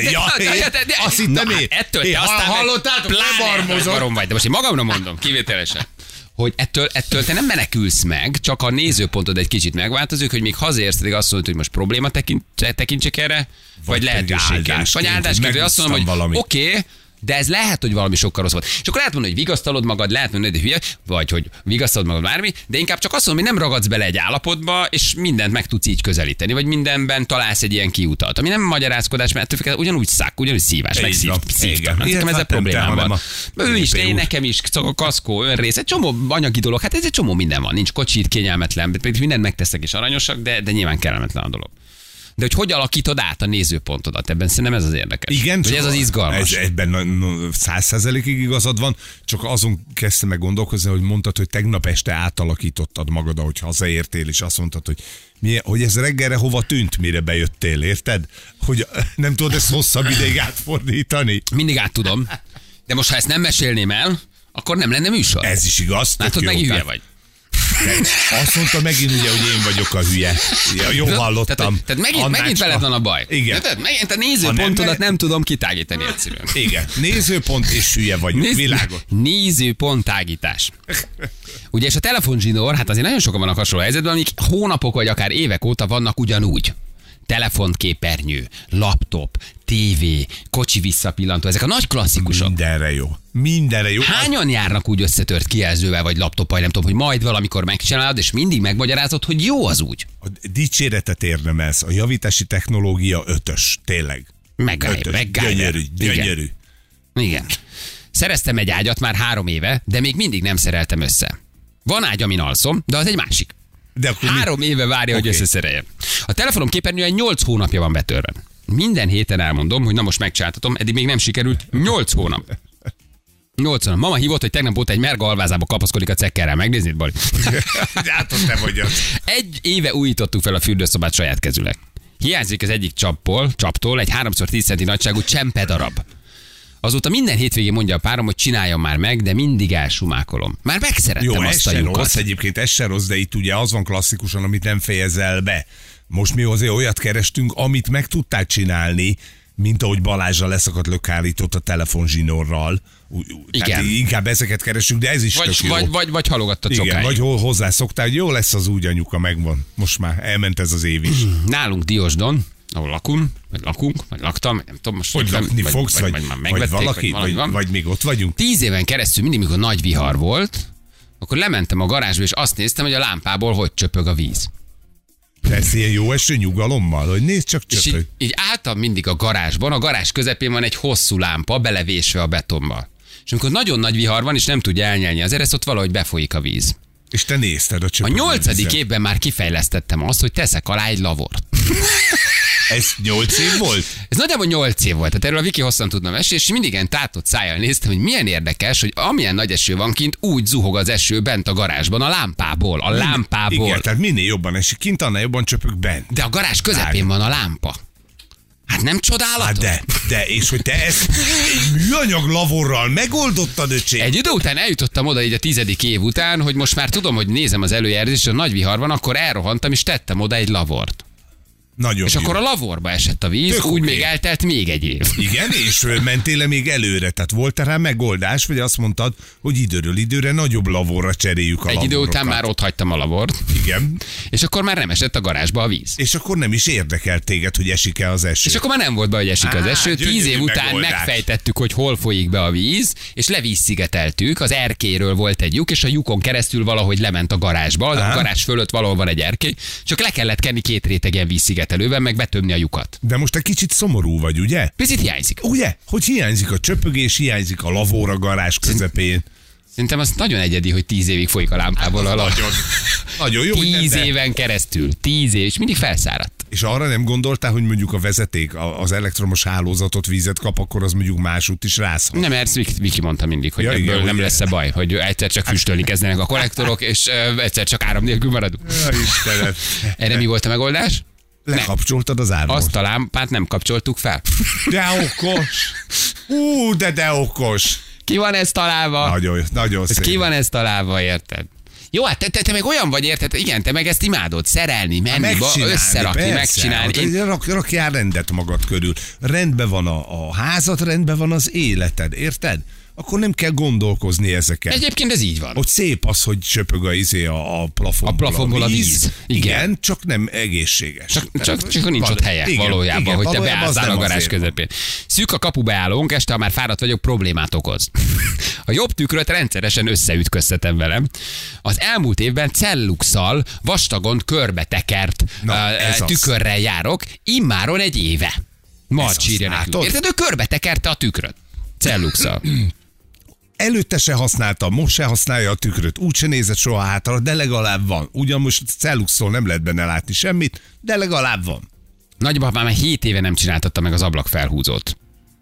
Azt hittem én. Ettől te aztán hallottátok, lebarmozol. Barom vagy, de most én magamra mondom, kivételesen. Hogy ettől te nem menekülsz meg, csak a nézőpontod egy kicsit megváltozik, hogy még hazaérsz, pedig azt mondod, hogy most probléma tekintsek erre, vagy lehetőséggel. Vagy áldás, azt mondom, hogy oké, de ez lehet, hogy valami sokkal rossz volt. És akkor lehet mondani, hogy vigasztalod magad, lehet mondani, hogy hülye, vagy hogy vigasztalod magad bármi, de inkább csak azt mondom, hogy nem ragadsz bele egy állapotba, és mindent meg tudsz így közelíteni, vagy mindenben találsz egy ilyen kiutat, ami nem magyarázkodás, mert ettől ugyanúgy ugyanúgy szívás, meg szívtam. Nekem ez a problémám van. Ő is, nekem is, a kaszkó, önrész, egy csomó anyagi dolog, hát ez egy csomó minden van. Nincs kocsit, kényelmetlen, mindent megteszek és aranyosak, de nyilván kellemetlen a dolog. De hogy alakítod át a nézőpontodat? Ebben szerintem ez az érdekes. Igen, hogy ez az izgalmas. Ebben 100%-ig igazad van, csak azon kezdtem meg gondolkozni, hogy mondtad, hogy tegnap este átalakítottad magad, ahogy hazaértél, és azt mondtad, hogy ez reggelre hova tűnt, mire bejöttél, érted? Hogy nem tudod ezt hosszabb ideig átfordítani? Mindig át tudom. De most, ha ezt nem mesélném el, akkor nem lenne műsor. Ez is igaz. Látod, megint hülye vagy. Azt mondta megint ugye, hogy én vagyok a hülye. Jó hallottam. Tehát megint veled van a baj. Igen. Tehát megint a nézőpontodat nem tudom kitágítani egyszerűen. Igen. Nézőpont és hülye vagyok. Világos. Nézőpont tágítás. Ugye, és a telefonzsinór, hát azért nagyon sokan vannak hasonló helyzetben, amik hónapok vagy akár évek óta vannak ugyanúgy. Telefonképernyő, laptop, tévé, kocsi visszapillantó, ezek a nagy klasszikusok. Mindenre jó. Hányan járnak úgy összetört kijelzővel vagy laptoppal, nem tudom, hogy majd valamikor megcsinálod, és mindig megmagyarázod, hogy jó az úgy. A dicséretet érdemelsz, a javítási technológia 5-ös, tényleg. Gyönyörű. Igen. Szereztem egy ágyat már 3 éve, de még mindig nem szereltem össze. Van ágy, amin alszom, de az egy másik. De 3 éve várja, hogy összeszereljem. A telefonom képernyője 8 hónapja van betörve. Minden héten elmondom, hogy na most megcsináltatom, eddig még nem sikerült, 8 hónap. 8 hónap. Mama hívott, hogy tegnap óta egy merga alvázába kapaszkodik a cekkerrel. Megnéznéd, Bali? Hát azt nem vagy az. 1 éve újítottuk fel a fürdőszobát saját kezüleg. Hiányzik az egyik csaptól egy 3x10 cm nagyságú csempedarab. Azóta minden hétvégén mondja a párom, hogy csináljam már meg, de mindig elsumákolom. Már megszerettem azt a lyukat. Rossz, egyébként ez se rossz, de itt ugye az van klasszikusan, amit nem fejezel be. Most mi azért olyat kerestünk, amit meg tudtál csinálni, mint ahogy Balázsra leszakadt lökhárított a telefonzsinórral. Igen. Inkább ezeket keresünk, de ez is tök jó. Vagy halogattad sokáig. Igen, vagy hozzászoktál, hogy jó lesz az úgy, anyuka, megvan. Most már elment ez az év is. Nálunk Diósdon, ahol lakunk, vagy laktam, nem tudom most. Hogy lakni fogsz, vagy valaki, vagy még ott vagyunk. 10 éven keresztül mindig, mikor nagy vihar volt, akkor lementem a garázsba, és azt néztem, hogy a lámpából hogy csöpög a víz. Persze ilyen jó eső nyugalommal, hogy nézd csak csöpög. És így álltam mindig a garázsban, a garázs közepén van egy hosszú lámpa, belevésve a betonba. És amikor nagyon nagy vihar van, és nem tudja elnyelni az eresz, ott valahogy befolyik a víz. És te nézted a csöpögő. A 8. évben már kifejlesztettem azt, hogy teszek alá egy lavort. Ez 8 év volt? Ez nagyjából 8 év volt, tehát erről a Viki hosszan tudna mesélni, és mindig ilyen tátott szájjal néztem, hogy milyen érdekes, hogy amilyen nagy eső van kint, úgy zuhog az eső bent a garázsban, a lámpából. Igen, tehát minél jobban esik kint, annál jobban csöpög bent. De a garázs közepén van a lámpa. Hát nem csodálatos? Hát de, és hogy te ezt egy műanyag lavorral megoldottad, öcsém? Egy idő után eljutottam oda így a 10. év után, hogy most már tudom, hogy nézem az előjelzést, és a nagy vihar van, akkor elrohantam, és tettem oda egy lavort. Nagyon és jó. Akkor a lavorba esett a víz, úgy még eltelt még egy év. Igen, és mentél még előre? Tehát volt rá megoldás, vagy azt mondtad, hogy időről időre nagyobb lavorra cseréljük a lavorokat? Egy idő után már ott hagytam a lavort. Igen. És akkor már nem esett a garázsba a víz. És akkor nem is érdekelt téged, hogy esik-e az eső. És akkor már nem volt baj, hogy esik az eső. 10 év után megoldás. Megfejtettük, hogy hol folyik be a víz, és levízszigeteltük. Az erkéről volt egy lyuk, és a lyukon keresztül valahogy lement a garázsba. A garázs fölött valahol van egy erkély, csak le kellett kenni 2 réteg ilyen vízszigetelővel, meg betömni a lyukat. De most egy kicsit szomorú vagy, ugye? Picit hiányzik. Ugye? Hogy hiányzik a csöpögés, hiányzik a lavor a garázs közepén. Szerintem az nagyon egyedi, hogy 10 évig folyik a lámpából a lavor. Nagyon jó. 10 éven keresztül. 10 év, és mindig felszáradt. És arra nem gondoltál, hogy mondjuk a vezeték, az elektromos hálózatot vízet kap, akkor az mondjuk másút is rászhat? Nem, ezt Viki mondta mindig, hogy ebből nem lesz baj, hogy egyszer csak füstölni kezdenek a kollektorok, és egyszer csak áram nélkül maradunk. Istenem. Erre mi volt a megoldás? Lekapcsoltad az áramot. Azt a lámpát nem kapcsoltuk fel. De okos! De okos! Ki van ezt találva? Nagyon szép. Ki van ezt találva, érted? Jó, hát te meg olyan vagy, érted? Igen, te meg ezt imádod, szerelni, menni, összerakni, persze, megcsinálni. Rakjál rendet magad körül. Rendben van a házad, rendben van az életed, érted? akkor nem kell gondolkozni ezeket. Egyébként ez így van. Hogy szép az, hogy csöpög a plafonból a víz. Igen, csak nem egészséges. Csak nincs ott helye valójában, hogy te beállsz a garázs közepén. Szűk a kapubeállónk, este, ha már fáradt vagyok, problémát okoz. A jobb tükröt rendszeresen összeütköztetem velem. Az elmúlt évben celluxal vastagon körbetekert tükörrel járok, immáron egy éve. Marcs írja nekünk. Érted, ő körbetekerte a tükröt. Celluxal. Előtte se használta, most se használja a tükröt, úgyse nézett soha hátra, de legalább van. Ugyan most celluxról nem lehet benne látni semmit, de legalább van. Nagybabám már 7 éve nem csináltatta meg az ablakfelhúzót.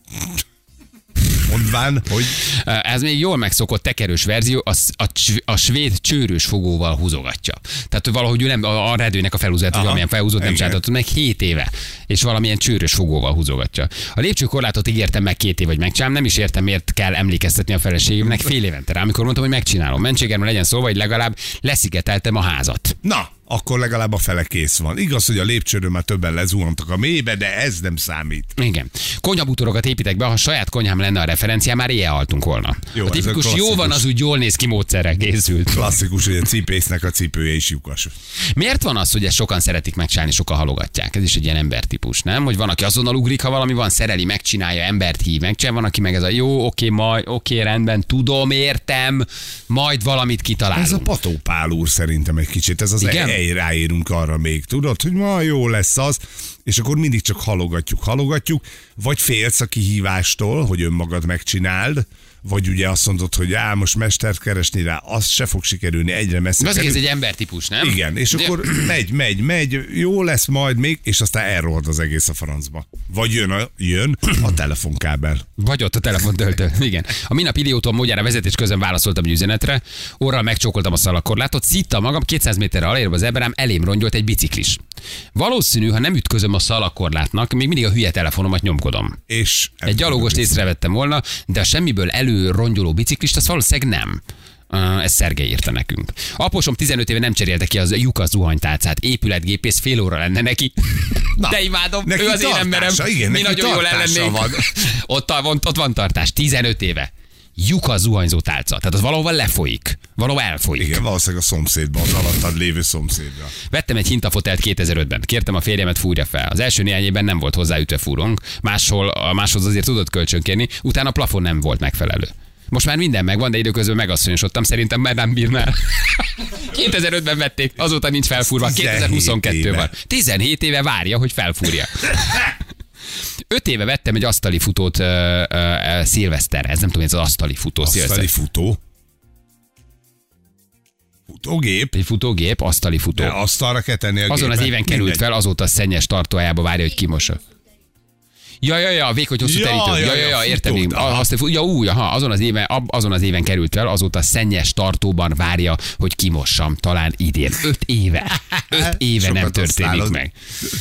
Mondván, hogy... Ez még jól megszokott tekerős verzió, a svéd csőrös fogóval húzogatja. Tehát valahogy ő nem, a redőnek a felhúzóját, hogy valamilyen felhúzót nem csináltatott meg 7 éve, és valamilyen csőrös fogóval húzogatja. A lépcsőkorlátot ígértem meg 2 év, hogy megcsinálom, nem is értem, miért kell emlékeztetni a feleségemnek fél évente rá, amikor mondtam, hogy megcsinálom. Mentségemről legyen szó, hogy legalább leszigeteltem a házat. Na, akkor legalább a fele kész van. Igaz, hogy a lépcsőről már többen lezuhantak a mélybe, de ez nem számít. Igen. Konyhabútorokat építek be, ha saját konyhám lenne a referenciám, már éjjel haltunk volna. Jó, a tipikus jó van, az úgy jól néz ki módszerrel készült. Klasszikus, hogy a cipésznek a cipője is lyukas. Miért van az, hogy ezt sokan szeretik megcsinálni, sokan halogatják? Ez is egy ilyen embertípus, nem? Hogy van, aki azonnal ugrik, ha valami van, szereli, megcsinálja, embert hív, megcsinál, van, aki meg ez a jó, oké, rendben, tudom, értem, majd valamit kitalálunk. Ez a Pató Pál úr szerintem egy kicsit, ez az ráérünk arra még, tudod, hogy ma jó lesz az, és akkor mindig csak halogatjuk, vagy félsz a kihívástól, hogy önmagad megcsináld, vagy ugye azt mondod, hogy most mestert keresni rá, az se fog sikerülni, egyre messzebb. Az ez egy embertípus, nem? Igen, és akkor megy, jó lesz majd még, és aztán elrohad az egész a francba. Vagy jön a telefonkábel. Vagy ott a telefontöltő. Igen. A minap idiótól módjára vezetés közben válaszoltam egy üzenetre, orral megcsókoltam a szalagkorlátot, szittam magam, 200 méterre aláérve az eberám, elém rongyolt egy biciklis. Valószínű, ha nem ütközöm a szalagkorlátnak, még mindig a hülye telefonomat nyomkodom. És egy gyalogost észrevettem volna, de a semmiből rongyoló biciklist, az valószínűleg nem. Ez Szergej írta nekünk. Apósom 15 éve nem cserélte ki az lyukas zuhanytálcát. Épületgépész, fél óra lenne neki. Na, de imádom, ő az én emberem. Igen, mi nagyon jól ellennénk. Ott van tartás, 15 éve. Lyukas zuhanyzó tálca. Tehát az valahol lefolyik. Valahol elfolyik. Igen, valószínűleg a szomszédban, az alattad lévő szomszédra. Vettem egy hintafotelt 2005-ben. Kértem a férjemet, fúrja fel. Az első néhány évben nem volt hozzá ütvefúrónk. Máshoz azért tudott kölcsönkérni. Utána a plafon nem volt megfelelő. Most már minden megvan, de időközben megasszonyosodtam, szerintem már nem bírnál. 2005-ben vették, azóta nincs felfúrva, 2022-ben. 17 éve várja, hogy felfúrja. 5 éve vettem egy asztali futót szilveszterre. Ez nem tudom, ez az asztali futó. Asztali futó? Futógép? Egy futógép, asztali futó. De asztalra kell tenni a gépet. Azon az éven került fel, azóta szennyes tartójába várja, hogy kimossa. Ja, vékony hosszú terítő. Értem én. Azon az éven került fel, azóta szennyes tartóban várja, hogy kimossam, talán idén. 5 éve. 5 éve nem történik meg.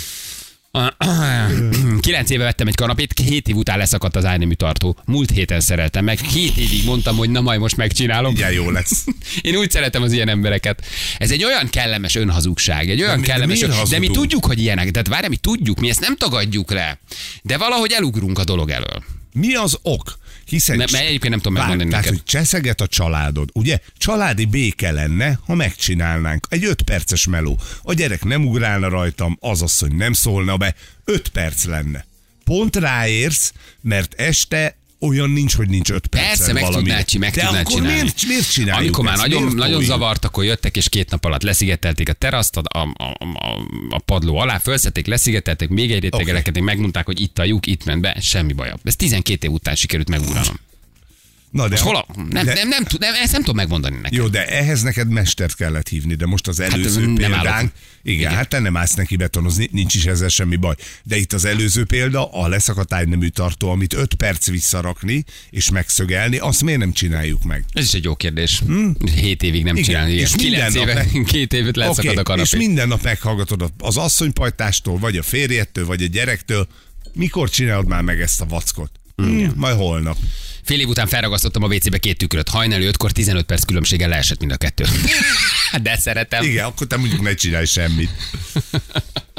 9 éve vettem egy kanapét, 7 év után leszakadt az ájnemű tartó. Múlt héten szereltem meg, 2 évig mondtam, hogy na majd most megcsinálom. Igen, jó lesz. Én úgy szeretem az ilyen embereket. Ez egy olyan kellemes önhazugság, egy olyan kellemes, de mi tudjuk, hogy ilyenek. Tehát várj, mi tudjuk, mi ezt nem tagadjuk le. De valahogy elugrunk a dolog elől. Mi az ok? Hiszen mert egyébként nem tudom megmondani neked. Tehát, hogy cseszeget a családod. Ugye családi béke lenne, ha megcsinálnánk. Egy 5 perces meló. A gyerek nem ugrálna rajtam, az asszony nem szólna be. 5 perc lenne. Pont ráérsz, mert este olyan nincs, hogy nincs 5 perc. Persze, meg tudnád csinálni. Miért csináljuk? Amikor már nagyon zavart, akkor jöttek, és 2 nap alatt leszigetelték a teraszt, a padló alá, felszették, leszigetelték, még egy rétegelekedték, megmondták, hogy itt a lyuk, itt ment be, semmi baj. Ez 12 év után sikerült megugranom. Na de ezt nem tudom megmondani neked. Jó, de ehhez neked mestert kellett hívni, de most az előző példánk, igen, hát te nem állsz neki betonozni, nincs is ezzel semmi baj. De itt az előző példa, a leszakadt ágynemű tartó, amit 5 perc visszarakni és megszögelni, azt miért nem csináljuk meg? Ez is egy jó kérdés. 7 évig nem csinálni. És 9 éve, 2 évet leszakad a kanapé. És minden nap meghallgatod az asszonypajtástól, vagy a férjettől, vagy a gyerektől, mikor csinálod már meg ezt a vackot? Majd holnap. Fél év után felragasztottam a WC-be 2 tükröt. Hajnali 5-kor 15 perc különbséggel leesett mind a 2. De szeretem. Igen, akkor te mondjuk ne csinálj semmit.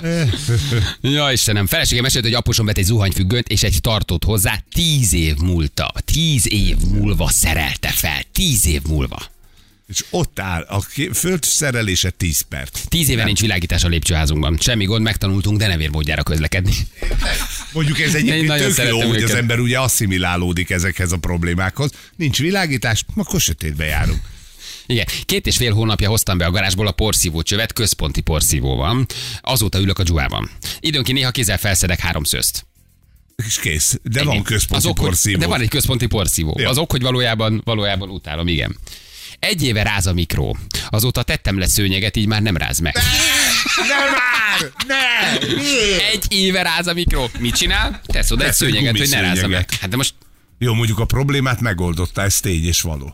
Ja, Istenem, feleségem mesélt, hogy apusom vett egy zuhanyfüggönyt és egy tartót hozzá 10 év múlta. 10 év múlva szerelte fel. 10 év múlva. És ott áll, a földszerelése 10 perc. 10 éve nincs világítás a lépcsőházunkban. Semmi gond, megtanultunk, de nevérmódjára közlekedni. Mondjuk ez egyébként tök jó, hogy az ember ugye asszimilálódik ezekhez a problémákhoz. Nincs világítás, akkor sötétbe járunk. Igen, 2,5 hónapja hoztam be a garázsból a porszívó csövet, központi porszívó van. Azóta ülök a dzsuhában. Időnként néha kézzel felszedek 3 szőzt. És kész. De van központi porszívó. De van egy központi porszívó. Ja. Az ok, hogy valójában utálom, igen. 1 éve ráz a mikró. Azóta tettem le szőnyeget, így már nem ráz meg. Ne! 1 éve ráz a mikró. Mit csinál? Tesz oda egy szőnyeget, hogy ne rázza meg. Hát de most... Jó, mondjuk a problémát megoldotta, ez tény és való.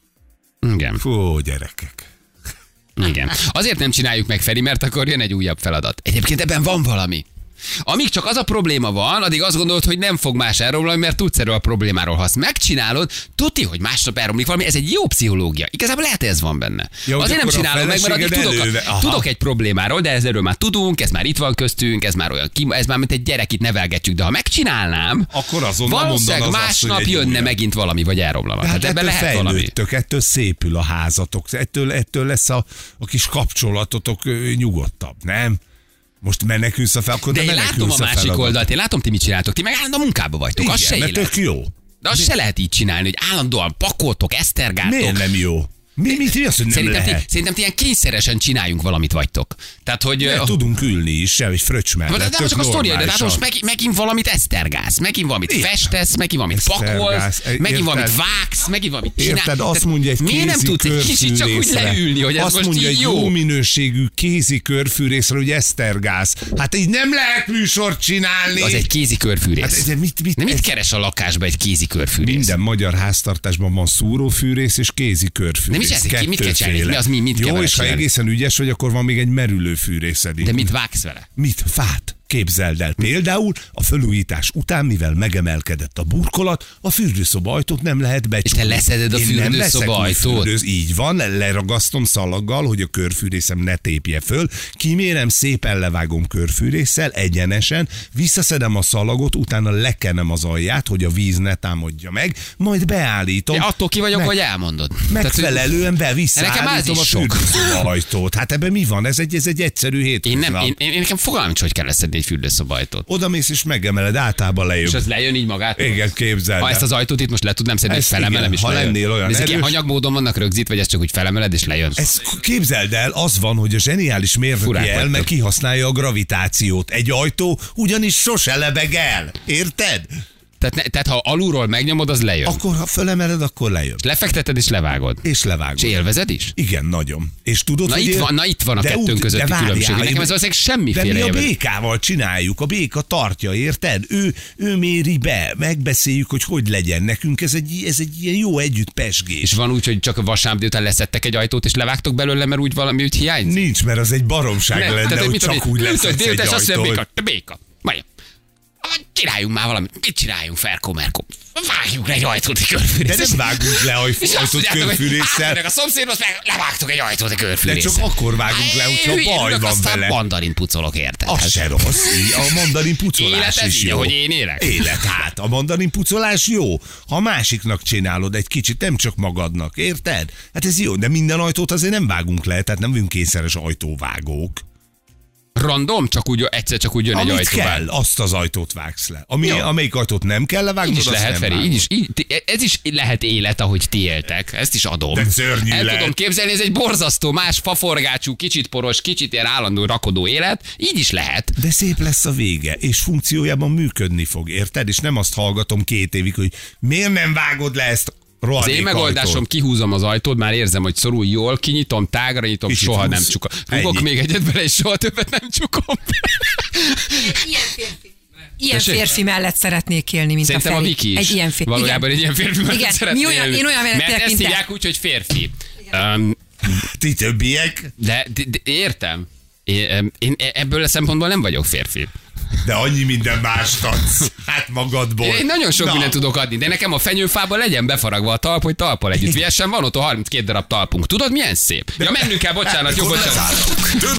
Igen. Fú, gyerekek. Igen. Azért nem csináljuk meg, Feri, mert akkor jön egy újabb feladat. Egyébként ebben van valami. Amíg csak az a probléma van, addig azt gondolod, hogy nem fog más elromlani, mert tudsz erről a problémáról. Ha azt megcsinálod, tuti, hogy másnap elromlik valami, ez egy jó psziológia. Igazából lehet, ez van benne. Ja, azért nem csinálom meg, mert addig tudok egy problémáról, de erről már tudunk, ez már itt van köztünk, ez már olyan, ez már mint egy gyerek, itt nevelgetjük, de ha megcsinálnám, akkor valószínűleg másnap jönne megint valami, vagy elromlana. Hát ebben lehet valami. Ettől szépül a házatok, ettől lesz a kis kapcsolatotok nyugodtabb, nem? Most menekülsz a fel, akkor de én látom a másik oldalt, én látom, ti mit csináltok, ti meg állandóan munkába vagytok, igen, az se élet. Tök jó. De azt se lehet így csinálni, hogy állandóan pakoltok, esztergáltok. Miért nem jó? Mi az, hogy nem lehet? Szerintem ti ilyen kényszeresen csináljunk valamit vagytok. Tehát, hogy... tudunk ülni is, egy fröccs mellett. De nem csak a sztori, de most megint valamit esztergálsz, megint valamit festesz, megint valamit pakolsz, megint valamit vágsz, megint valamit csinálsz. Érted, azt mondja egy kézi miért nem tudsz egy kicsit csak úgy leülni, hogy ez most így jó? Jó minőségű kézi körfűrészre, hogy esztergálsz. Hát így nem lehet műsort csinálni. Az egy kézi körfűrész. Hát, mit keres a lakásba egy kézi körfűrész? Minden magyar háztartásban van szúrófűrész és kézi körfűrész. Mit kell csinálni? Mi az mit kell jó, és ha egészen ügyes vagy, akkor van még egy merülő fűrészed. De mit vágsz vele? Mit? Fát. Képzeld el, például a felújítás után, mivel megemelkedett a burkolat, a fürdőszoba ajtót nem lehet becsukni. És te leszeded a fürdőszoba ajtót? Így van, leragasztom szalaggal, hogy a körfűrészem ne tépje föl, kimérem, szépen levágom körfűrésszel, egyenesen, visszaszedem a szalagot, utána lekenem az alját, hogy a víz ne támadja meg, majd beállítom. De attól ki vagyok, hogy elmondod. Megfelelően visszaállítom a fürdőszoba ajtót. Hát ebben mi van? Ez egy egyszerű hétköznap. Én nekem fogalmam, hogy kell leszedni egy fürdőszobajtót. Oda mész és megemeled, általában lejön. És az lejön így magától? Igen, képzeld. Ha ezt az ajtót itt most le tudnám szedni, és felemelem, és ha lennél olyan ezek ilyen hanyagmódon vannak rögzítve, vagy ez csak úgy felemeled, és lejön? Képzeld el, az van, hogy a zseniális mérnöki elme kihasználja a gravitációt. Egy ajtó ugyanis sose lebeg el. Érted? Tehát ha alulról megnyomod, az lejön. Akkor ha fölemeled, akkor lejön. Lefekteted és levágod. És levágod. És élvezed is? Igen, nagyon. És tudod, hogy itt van a kettőnk közötti különbség. Nekem ez valószínűleg semmiféle. De mi a békával csináljuk, a béka tartja, érted? Ő méri be, megbeszéljük, hogy legyen. Nekünk ez egy ilyen jó együtt pesgés. És van úgy, hogy csak a vasárnap délután leszedtek egy ajtót, és levágtok belőle, mert úgy valami úgy hiányzik? Nincs, mert az egy baromság lenne, hogy csak úgy leszedsz egy ajtót. Béka. Csináljunk már valamit. Mit csináljunk, Ferko-Merko? Vágjuk le egy ajtót egy körfűrészsel. De nem vágunk le ajtót körfűrészsel. A szomszédhoz meg levágtuk egy ajtót egy körfűrészsel. De csak akkor vágunk le, hogyha baj van vele. Mandarin pucolok, érted? Az se rossz. A mandarin pucolás is jó. Hogy én élek? Élet hát. A mandarin pucolás jó. Ha másiknak csinálod egy kicsit, nem csak magadnak, érted? Hát ez jó, de minden ajtót azért nem vágunk le, tehát nem vagyunk kényszeres ajtóvágók. Random? Egyszer csak úgy jön egy ajtó. Kell, azt az ajtót vágsz le. Amelyik ajtót nem kell levágnod, azt lehet, nem Feri, ez is lehet élet, ahogy ti éltek. Ezt is adom. De szörnyű El tudom képzelni, ez egy borzasztó, más faforgácsú, kicsit poros, kicsit ilyen állandó rakodó élet. Így is lehet. De szép lesz a vége, és funkciójában működni fog, érted? És nem azt hallgatom 2 évig, hogy miért nem vágod le ezt. Az én megoldásom, kihúzom az ajtót, már érzem, hogy szorul, jól kinyitom, tágra nyitom, kicsit soha nem csukom. Rugok még egyet bele, és soha többet nem csukom. Ilyen férfi mellett szeretnék élni, mint szerintem a Feri. Szerintem a Viki is. Egy ilyen férfi. Valójában egy ilyen férfi mellett szeretnék élni. Én olyan mert ezt hívják úgy, hogy férfi. Ti többiek? De értem. Én ebből a szempontból nem vagyok férfi. De annyi minden mást adsz. Hát magadból. Én nagyon sok mindent tudok adni, de nekem a fenyőfában legyen befaragva a talp, hogy talppal együtt viessen. Van ott 32 darab talpunk. Tudod, milyen szép? Ja, mennünk kell, bocsánat, jó, bocsánat.